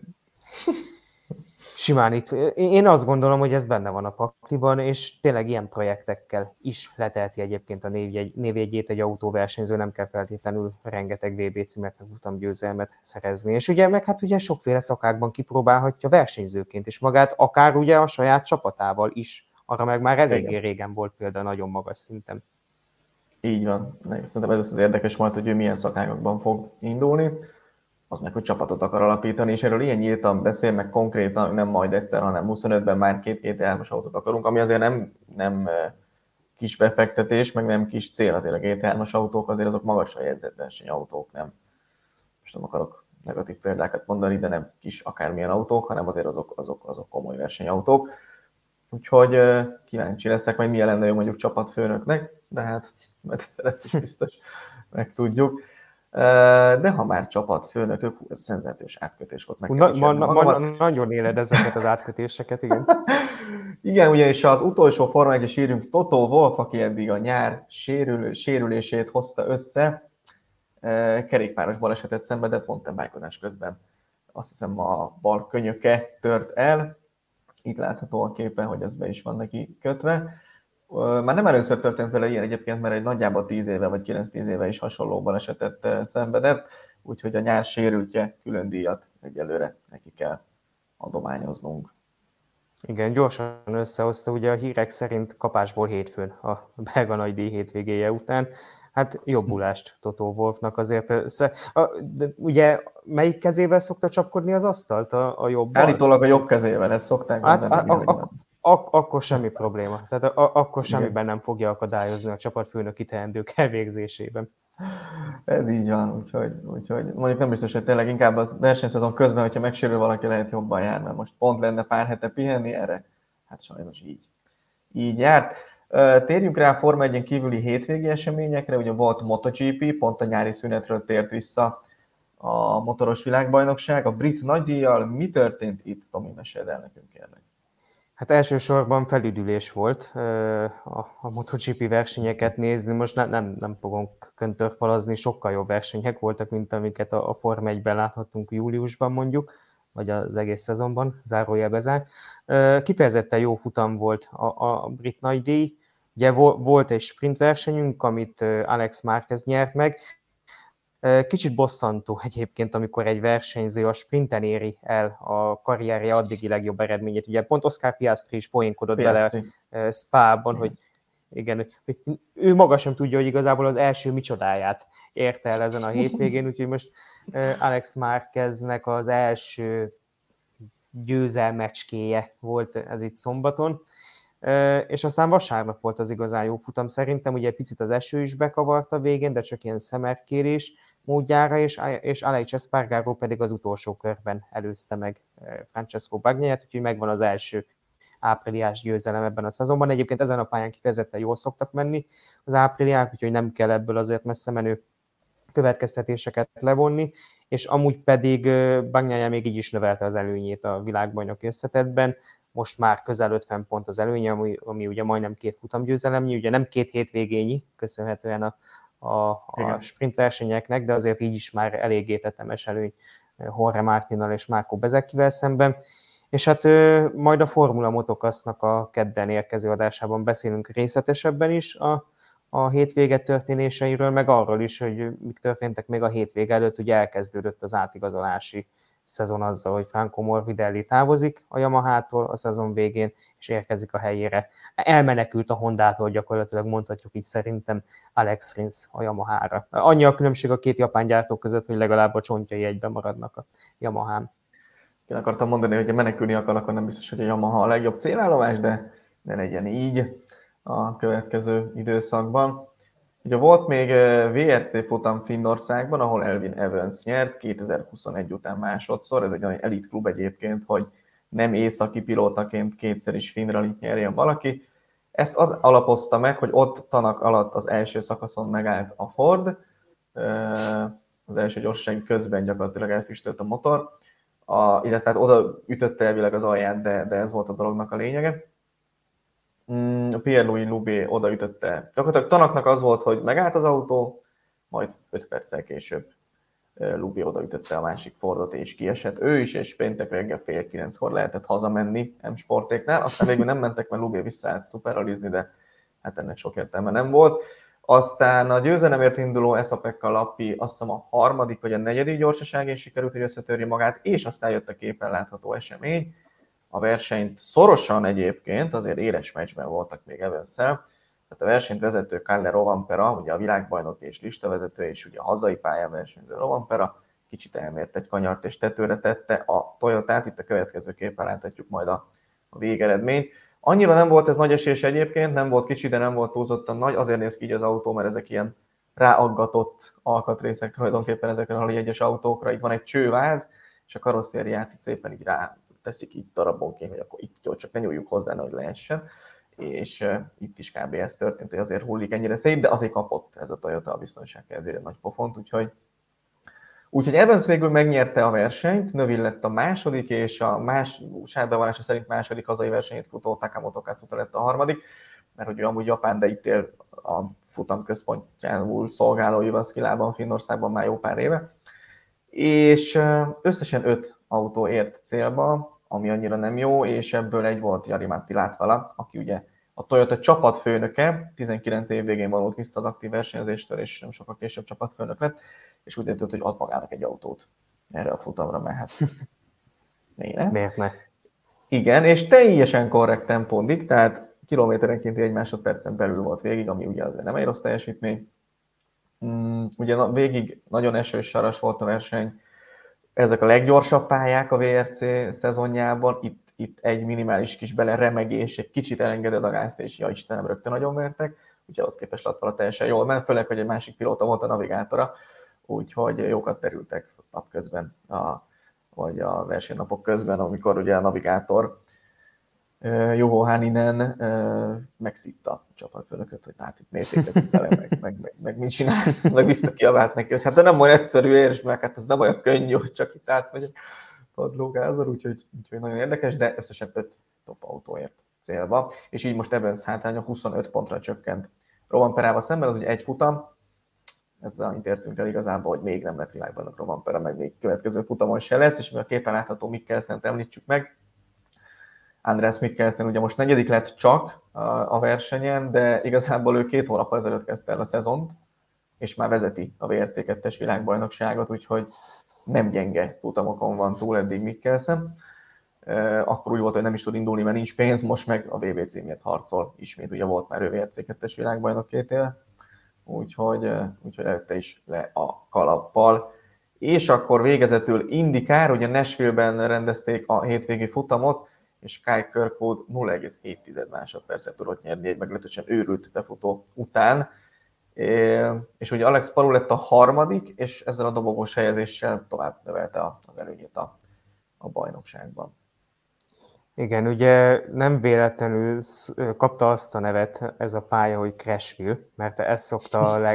simán itt. Én azt gondolom, hogy ez benne van a pakliban, és tényleg ilyen projektekkel is leteheti egyébként a névjegyét egy autóversenyző, nem kell feltétlenül rengeteg VB címet, meg futamgyőzelmet szerezni. És ugye, meg hát ugye sokféle szakákban kipróbálhatja versenyzőként is magát, akár ugye a saját csapatával is. Arra meg már eléggé régen volt példa nagyon magas szinten. Így van. Szerintem ez az érdekes majd, hogy ő milyen szakágakban fog indulni. Az meg, hogy csapatot akar alapítani, és erről ilyen nyíltan beszél, meg konkrétan, nem majd egyszer, hanem 25-ben már két GT3-as autót akarunk, ami azért nem kis befektetés, meg nem kis cél, azért a GT3-as autók, azért azok magasan jegyzett versenyautók, nem. Most nem akarok negatív példákat mondani, de nem kis akármilyen autók, hanem azért azok komoly versenyautók. Úgyhogy kíváncsi leszek, majd milyen lenne jó mondjuk csapatfőnöknek, de hát mert egyszer ezt is biztos megtudjuk. De ha már csapatfőnökök, ez szenzációs átkötés volt meg. Nagyon éled ezeket az átkötéseket, igen. Igen, ugyanis az utolsó Forma 1-es hírünk Toto Wolff, aki eddig a nyár sérülését hozta össze, kerékpáros balesetet szenvedett mountainbike-odás közben. Azt hiszem a bal könyöke tört el, itt látható a képen, hogy ez be is van neki kötve. Már nem először történt vele ilyen egyébként, mert egy nagyjából 10 éve vagy 9-10 éve is hasonló balesetet szenvedett, úgyhogy a nyár sérültje külön díjat egyelőre neki kell adományoznunk. Igen, gyorsan összehozta, ugye a hírek szerint kapásból hétfőn a belga nagydíj hétvégéje után. Hát jobbulást Toto Wolffnak azért. Ugye melyik kezével szokta csapkodni az asztalt? A jobbal? Állítólag a jobb kezével, ezt szokták mondani. Akkor semmi probléma. Tehát akkor semmiben nem fogja akadályozni a csapatfőnöki teendők elvégzésében. Ez így van, úgyhogy mondjuk nem biztos, hogy tényleg inkább az versenyszezon közben, hogyha megsérül valaki, lehet jobban jár, mert most pont lenne pár hete pihenni erre. Hát sajnos így járt. Térjünk rá a Forma 1-en kívüli hétvégi eseményekre, ugye volt MotoGP, pont a nyári szünetről tért vissza a motoros világbajnokság, a brit nagydíjjal. Mi történt itt, Tomi, meséld el nekünk, kérlek. Hát elsősorban felüdülés volt a MotoGP versenyeket nézni, most nem fogunk köntörfalazni, sokkal jobb versenyek voltak, mint amiket a Forma 1-ben láthattunk júliusban mondjuk, vagy az egész szezonban, zárójelbe zár. Kifejezetten jó futam volt a brit nagydíj, ugye volt egy sprint versenyünk, amit Alex Marquez nyert meg. Kicsit bosszantó egyébként, amikor egy versenyző a sprinten éri el a karrierje addigi legjobb eredményét. Ugye pont Oscar Piastri is poénkodott bele Spa-ban, hogy igen, hogy ő maga sem tudja, hogy igazából az első micsodáját érte el ezen a hétvégén, úgyhogy most Alex Marqueznek az első győzelmecskéje volt ez itt szombaton. És aztán vasárnap volt az igazán jó futam szerintem, ugye picit az eső is bekavart a végén, de csak ilyen szemerkérés módjára, és Aleix Espargaró pedig az utolsó körben előzte meg Francesco Bagnaia-t, úgyhogy megvan az első ápriliás győzelem ebben a szezonban. Egyébként ezen a pályán kifejezetten jól szoktak menni az ápriliák, úgyhogy nem kell ebből azért messze menő következtetéseket levonni, és amúgy pedig Bagnaia még így is növelte az előnyét a világbajnoki összetettben, most már közel 50 pont az előnye, ami ugye majdnem 2 futamgyőzelemnyi, ugye nem 2 hétvégényi, köszönhetően a sprint versenyeknek, de azért így is már eléggé tetemes előny Jorge Martinnal és Marco Bezzecchivel szemben. És hát majd a Formula Motocrossnak a kedden érkező adásában beszélünk részletesebben is a hétvége történéseiről, meg arról is, hogy mik történtek még a hétvége előtt, ugye elkezdődött az átigazolási szezon azzal, hogy Franco Morbidelli távozik a Yamahától a szezon végén, és érkezik a helyére. Elmenekült a Hondától, gyakorlatilag mondhatjuk így szerintem Alex Rins a Yamahára. Annyi a különbség a két japán gyártó között, hogy legalább a csontjai egyben maradnak a Yamahán. Én akartam mondani, hogy ha menekülni akar, akkor nem biztos, hogy a Yamaha a legjobb célállomás, de ne legyen így a következő időszakban. Ugye volt még VRC futam Finnországban, ahol Elfyn Evans nyert 2021 után másodszor, ez egy olyan elit klub egyébként, hogy nem északi pilótaként kétszer is Finn rallyt nyerjen valaki. Ezt az alapozta meg, hogy ott Tanak alatt az első szakaszon megállt a Ford, az első gyorsaság közben gyakorlatilag elfüstölt a motor, illetve hát oda ütötte elvileg az alját, de ez volt a dolognak a lényege. Pierre-Louis Loubet odaütötte. Gyakorlatilag Tanaknak az volt, hogy megállt az autó, majd 5 perccel később Loubet odaütötte a másik Fordot, és kiesett ő is, és péntek reggel 8:30-kor lehetett hazamenni M-sportéknál. Aztán végül nem mentek, mert Loubet visszaállt szuperralizni, de hát ennek sok értelme nem volt. Aztán a győzelemért induló Esa-Pekka Lappi azt hiszem a harmadik vagy a negyedik gyorsaságén sikerült, hogy összetörje magát, és aztán jött a képen látható esemény. A versenyt szorosan egyébként, azért éles meccsben voltak még Evans-szel, tehát a versenyt vezető Kalle Rovanpera, ugye a világbajnok és listavezető, és ugye a hazai pályán versenyző Rovanpera kicsit elmért egy kanyart és tetőre tette a Toyotát, itt a következő képen láthatjuk majd a végeredményt. Annyira nem volt ez nagy esés egyébként, nem volt kicsi, de nem volt túlzottan nagy, azért néz ki így az autó, mert ezek ilyen ráaggatott alkatrészek tulajdonképpen ezekre a egyes autókra. Itt van egy csőváz, és a karosszériát itt szépen így rá teszik így darabonként, hogy akkor itt jó, csak ne nyúljuk hozzá, hogy lehessen. És itt is kb. Ez történt, hogy azért hullik ennyire szép, de azért kapott ez a Toyota a biztonság kedvére nagy pofont, úgyhogy Evans végül megnyerte a versenyt, Neuville lett a második, és a saját bevallása szerint második hazai versenyét futó Takamoto Katsuta lett a harmadik, mert hogy ő amúgy Japán, de itt él a futam központjául szolgáló Jyväskylában, Finnországban már jó pár éve. És összesen 5 autó ért célba, ami annyira nem jó, és ebből egy volt Jari-Matti Latvala, aki ugye a Toyota csapatfőnöke, 19 év végén vonult vissza az aktív versenyzéstől, és nem sokkal később csapatfőnök lett, és úgy döntött, hogy ad magának egy autót erre a futamra, mert hát miért ne? Igen, és teljesen korrekt tempón diktált, kilométerenként 1 másodpercen belül volt végig, ami ugye azért nem egy rossz teljesítmény. Ugye végig nagyon esős, saras volt a verseny, ezek a leggyorsabb pályák a VRC szezonjában, itt egy minimális kis beleremegés, egy kicsit elengeded a gázt, és ja Istenem, rögtön nagyon vertek, úgyhogy ahhoz képest Latvala teljesen jól ment, főleg, hogy egy másik pilóta volt a navigátora, úgyhogy jókat terültek napközben, vagy a versenynapok közben, amikor ugye a navigátor Juho Hänninen megszitta a csapatfőnököt, hogy hát itt miért érkezik bele, meg mit csinál, meg visszakiabált neki, hogy hát de nem olyan egyszerű érts, meg hát ez nem olyan könnyű, hogy csak itt átmegyek padlógázon, úgyhogy nagyon érdekes, de összesen 5 top autó ért célba, és így most Evans hátránya 25 pontra csökkent Rovanperával szemben, az ugye egy futam, ezzel itt értünk el igazából, hogy még nem lett világbajnok Rovanpera, meg még következő futamon se lesz, és mi a képen látható Mikkelsent említsük meg. Andreas Mikkelsen ugye most 4. lett csak a versenyen, de igazából ő 2 hónappal ezelőtt kezdte el a szezont, és már vezeti a WRC 2-es világbajnokságot, úgyhogy nem gyenge futamokon van túl eddig Mikkelsen. Akkor úgy volt, hogy nem is tud indulni, mert nincs pénz, most meg a VB címért harcol ismét, ugye volt már ő WRC 2-es világbajnok 2 éve, úgyhogy előtte is le a kalappal. És akkor végezetül IndyCar, ugye Nashville-ben rendezték a hétvégi futamot, és Kyle Kirkwood 0,7 másodpercet tudott nyerni egy meglehetősen őrült befutó után. És ugye Alex Palou lett a harmadik, és ezzel a dobogós helyezéssel tovább növelte az előnyét a bajnokságban. Igen, ugye nem véletlenül kapta azt a nevet ez a pálya, hogy Crashville, mert ez szokta a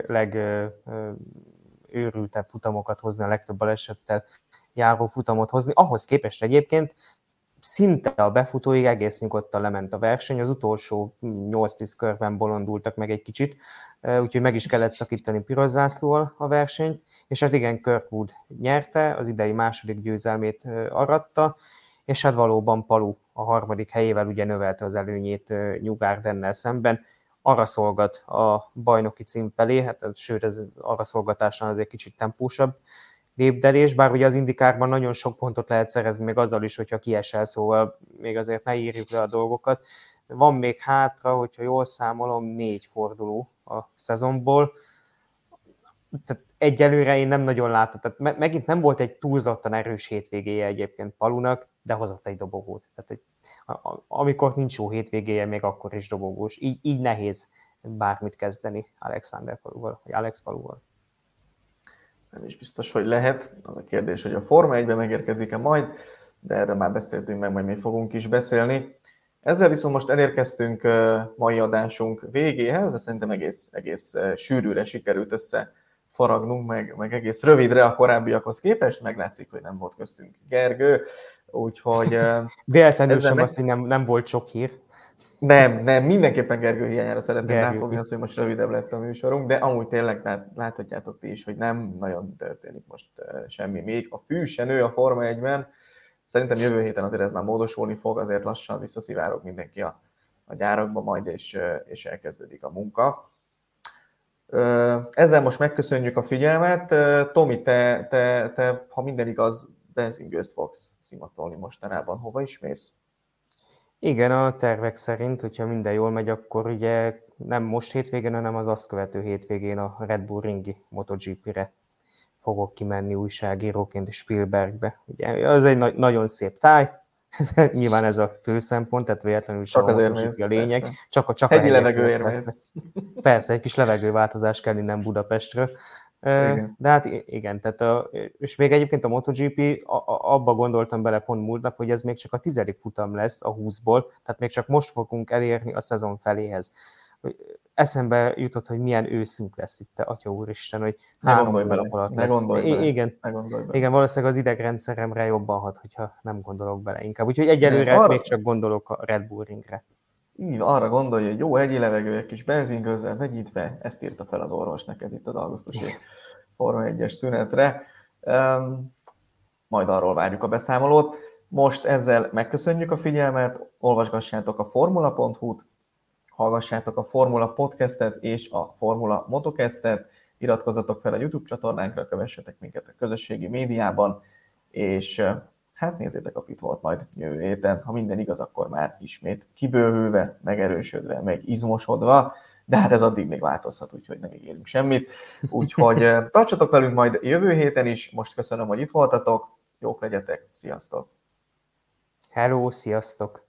legőrültebb futamokat hozni, a legtöbb balesettel járó futamot hozni. Ahhoz képest egyébként szinte a befutóig egész nyugodtan lement a verseny, az utolsó 8-10 körben bolondultak meg egy kicsit, úgyhogy meg is kellett szakítani piros zászlóval a versenyt, és hát igen, Kirkwood nyerte, az idei második győzelmét aratta, és hát valóban Palou a harmadik helyével ugye növelte az előnyét New Gardennel szemben, arra szolgat a bajnoki cím felé, hát sőt ez arra szolgatásán azért kicsit tempósabb lépdelés, bár ugye az IndyCarban nagyon sok pontot lehet szerezni, még azzal is, hogyha kiesel, szóval még azért ne írjuk le a dolgokat. Van még hátra, hogyha jól számolom, 4 forduló a szezonból. Tehát egyelőre én nem nagyon látom. Tehát megint nem volt egy túlzottan erős hétvégéje egyébként Palunak, de hozott egy dobogót. Tehát, hogy amikor nincs jó hétvégéje, még akkor is dobogós. Így nehéz bármit kezdeni Alexander Paluval, vagy Alex Paluval. Nem is biztos, hogy lehet. Az a kérdés, hogy a Forma 1-ben megérkezik-e majd, de erről már beszéltünk meg, majd még fogunk is beszélni. Ezzel viszont most elérkeztünk mai adásunk végéhez, de szerintem egész sűrűre sikerült összefaragnunk, meg egész rövidre a korábbiakhoz képest, meglátszik, hogy nem volt köztünk Gergő, úgyhogy... Véletlenül sem az, hogy nem volt sok hír. Nem, mindenképpen Gergő hiányára szeretném ráfogni azt, hogy most rövidebb lett a műsorunk, de amúgy tényleg, tehát láthatjátok ti is, hogy nem nagyon történik most semmi. Még a fű se nő a Forma 1-ben, szerintem jövő héten azért ez már módosulni fog, azért lassan visszaszivárog mindenki a gyárakba majd, és elkezdődik a munka. Ezzel most megköszönjük a figyelmet. Tomi, te ha minden igaz, benzingőzt fogsz szimatolni mostanában. Hova is mész? Igen, a tervek szerint, hogyha minden jól megy, akkor ugye nem most hétvégén, hanem az azt követő hétvégén a Red Bull Ringi MotoGP-re fogok kimenni újságíróként Spielbergbe. Ugye, az egy nagyon szép táj, nyilván ez a fő szempont, tehát véletlenül csak azért mész, a lényeg. persze. Csak hegyi levegőért mész. Persze, egy kis levegőváltozás kell innen Budapestről. Igen. De hát igen, tehát és még egyébként a MotoGP, abba gondoltam bele pont múlt nap, hogy ez még csak a 10. futam lesz a 20-ból, tehát még csak most fogunk elérni a szezon feléhez. Eszembe jutott, hogy milyen őszünk lesz itt, Atya úristen, hogy 3 hónap alatt lesz. Igen, valószínűleg az idegrendszeremre jobban hat, hogyha nem gondolok bele inkább. Úgyhogy egyelőre még csak gondolok a Red Bull Ringre. Így arra gondolj, hogy jó hegyi levegő, egy kis benzingőzzel vegyítve, ezt írta fel az orvos neked itt az augusztusi Forma 1-es szünetre. Majd arról várjuk a beszámolót. Most ezzel megköszönjük a figyelmet, olvasgassátok a formula.hu-t, hallgassátok a Formula Podcastet és a Formula Motocastet, iratkozzatok fel a YouTube csatornánkra, kövessetek minket a közösségi médiában, és hát nézzétek a Pitvolt majd jövő héten. Ha minden igaz, akkor már ismét kibővülve, megerősödve, meg izmosodva, de hát ez addig még változhat, úgyhogy nem ígérünk semmit. Úgyhogy tartsatok velünk majd jövő héten is. Most köszönöm, hogy itt voltatok. Jók legyetek, sziasztok! Hello, sziasztok!